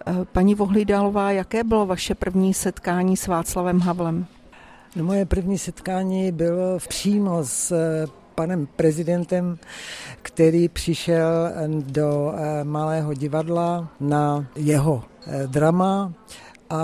Paní Vohlidálová, jaké bylo vaše první setkání s Václavem Havlem? No, moje první setkání bylo přímo s panem prezidentem, který přišel do Malého divadla na jeho drama a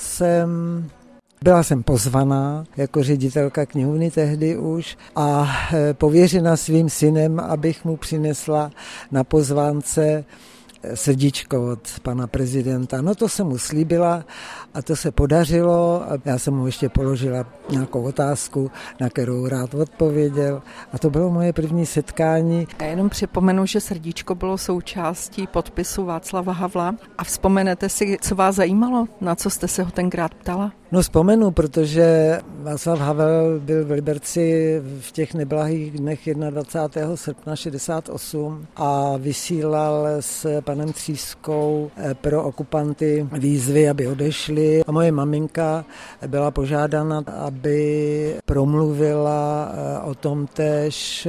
byla jsem pozvaná jako ředitelka knihovny tehdy už a pověřena svým synem, abych mu přinesla na pozvánce srdíčko od pana prezidenta. No to jsem mu slíbila a to se podařilo. Já jsem mu ještě položila nějakou otázku, na kterou rád odpověděl. A to bylo moje první setkání. Já jenom připomenu, že srdíčko bylo součástí podpisu Václava Havla. A vzpomenete si, co vás zajímalo? Na co jste se ho tenkrát ptala? No vzpomenu, protože Václav Havel byl v Liberci v těch neblahých dnech 21. srpna 68 a vysílal s panem Třískou pro okupanty výzvy, aby odešli. A moje maminka byla požádána, aby promluvila o tom též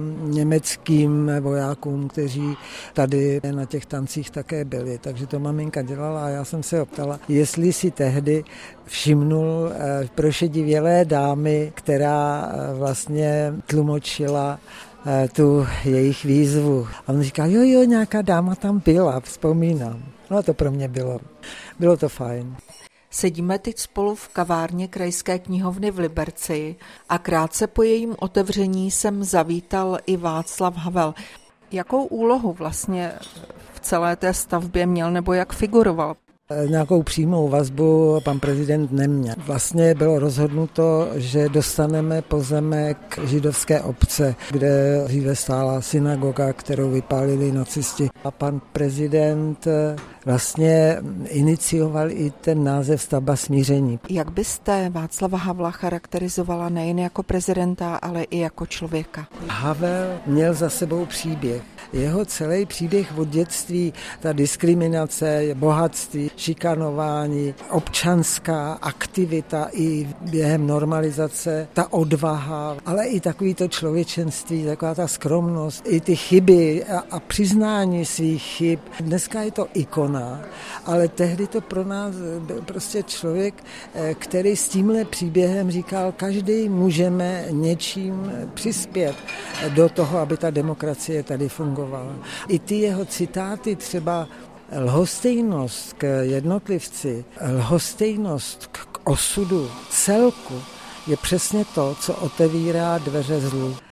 německým vojákům, kteří tady na těch tancích také byli. Takže to maminka dělala a já jsem se ho ptala, jestli si tehdy všimnul prošedivělé dámy, která vlastně tlumočila tu jejich výzvu. A on říkal, jo, nějaká dáma tam byla, vzpomínám. No a to pro mě bylo to fajn. Sedíme teď spolu v kavárně Krajské knihovny v Liberci a krátce po jejím otevření jsem zavítal i Václav Havel. Jakou úlohu vlastně v celé té stavbě měl nebo jak figuroval? Nějakou přímou vazbu pan prezident neměl. Vlastně bylo rozhodnuto, že dostaneme pozemek židovské obce, kde dříve stála synagoga, kterou vypálili nacisti. A pan prezident vlastně inicioval i ten název stavba smíření. Jak byste Václava Havla charakterizovala nejen jako prezidenta, ale i jako člověka? Havel měl za sebou příběh. Jeho celý příběh od dětství, ta diskriminace, bohatství, šikanování, občanská aktivita i během normalizace, ta odvaha, ale i takový to člověčenství, taková ta skromnost, i ty chyby a přiznání svých chyb. Dneska je to ikona, ale tehdy to pro nás byl prostě člověk, který s tímhle příběhem říkal, každý můžeme něčím přispět do toho, aby ta demokracie tady fungovala. I ty jeho citáty, třeba lhostejnost k jednotlivci, lhostejnost k osudu celku, je přesně to, co otevírá dveře zlu.